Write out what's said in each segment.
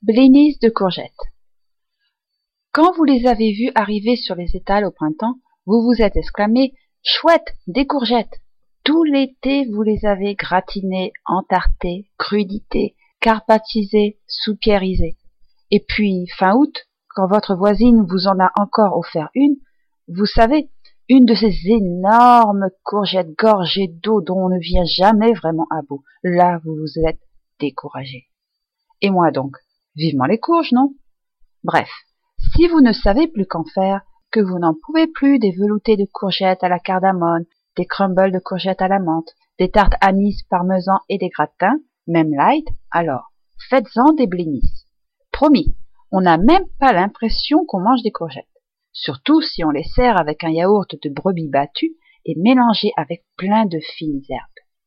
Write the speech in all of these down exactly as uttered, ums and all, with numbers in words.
Blinis de courgettes. Quand vous les avez vus arriver sur les étals au printemps, vous vous êtes exclamé « Chouette, des courgettes !» Tout l'été, vous les avez gratinées, entartées, crudités, carpatisées, soupirrisées. Et puis, fin août, quand votre voisine vous en a encore offert une, vous savez, une de ces énormes courgettes gorgées d'eau dont on ne vient jamais vraiment à bout. Là, vous vous êtes découragé. Et moi donc, vivement les courges, non? Bref, si vous ne savez plus qu'en faire, que vous n'en pouvez plus des veloutés de courgettes à la cardamone, des crumbles de courgettes à la menthe, des tartes anis, parmesan et des gratins, même light, alors faites-en des blinis. Promis, on n'a même pas l'impression qu'on mange des courgettes. Surtout si on les sert avec un yaourt de brebis battu et mélangé avec plein de fines herbes.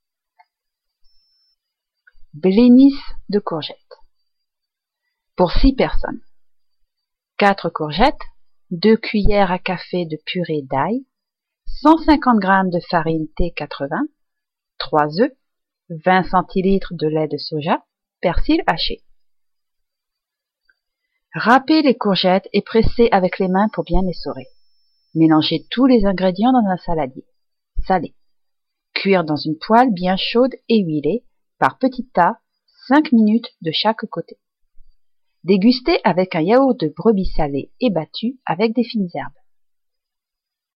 Blinis de courgettes. Pour six personnes. quatre courgettes, deux cuillères à café de purée d'ail, cent cinquante grammes de farine T quatre-vingts, trois œufs, vingt centilitres de lait de soja, persil haché. Râpez les courgettes et pressez avec les mains pour bien essorer. Mélangez tous les ingrédients dans un saladier. Salez. Cuire dans une poêle bien chaude et huilée, par petits tas, cinq minutes de chaque côté. Dégustez avec un yaourt de brebis salé et battu avec des fines herbes.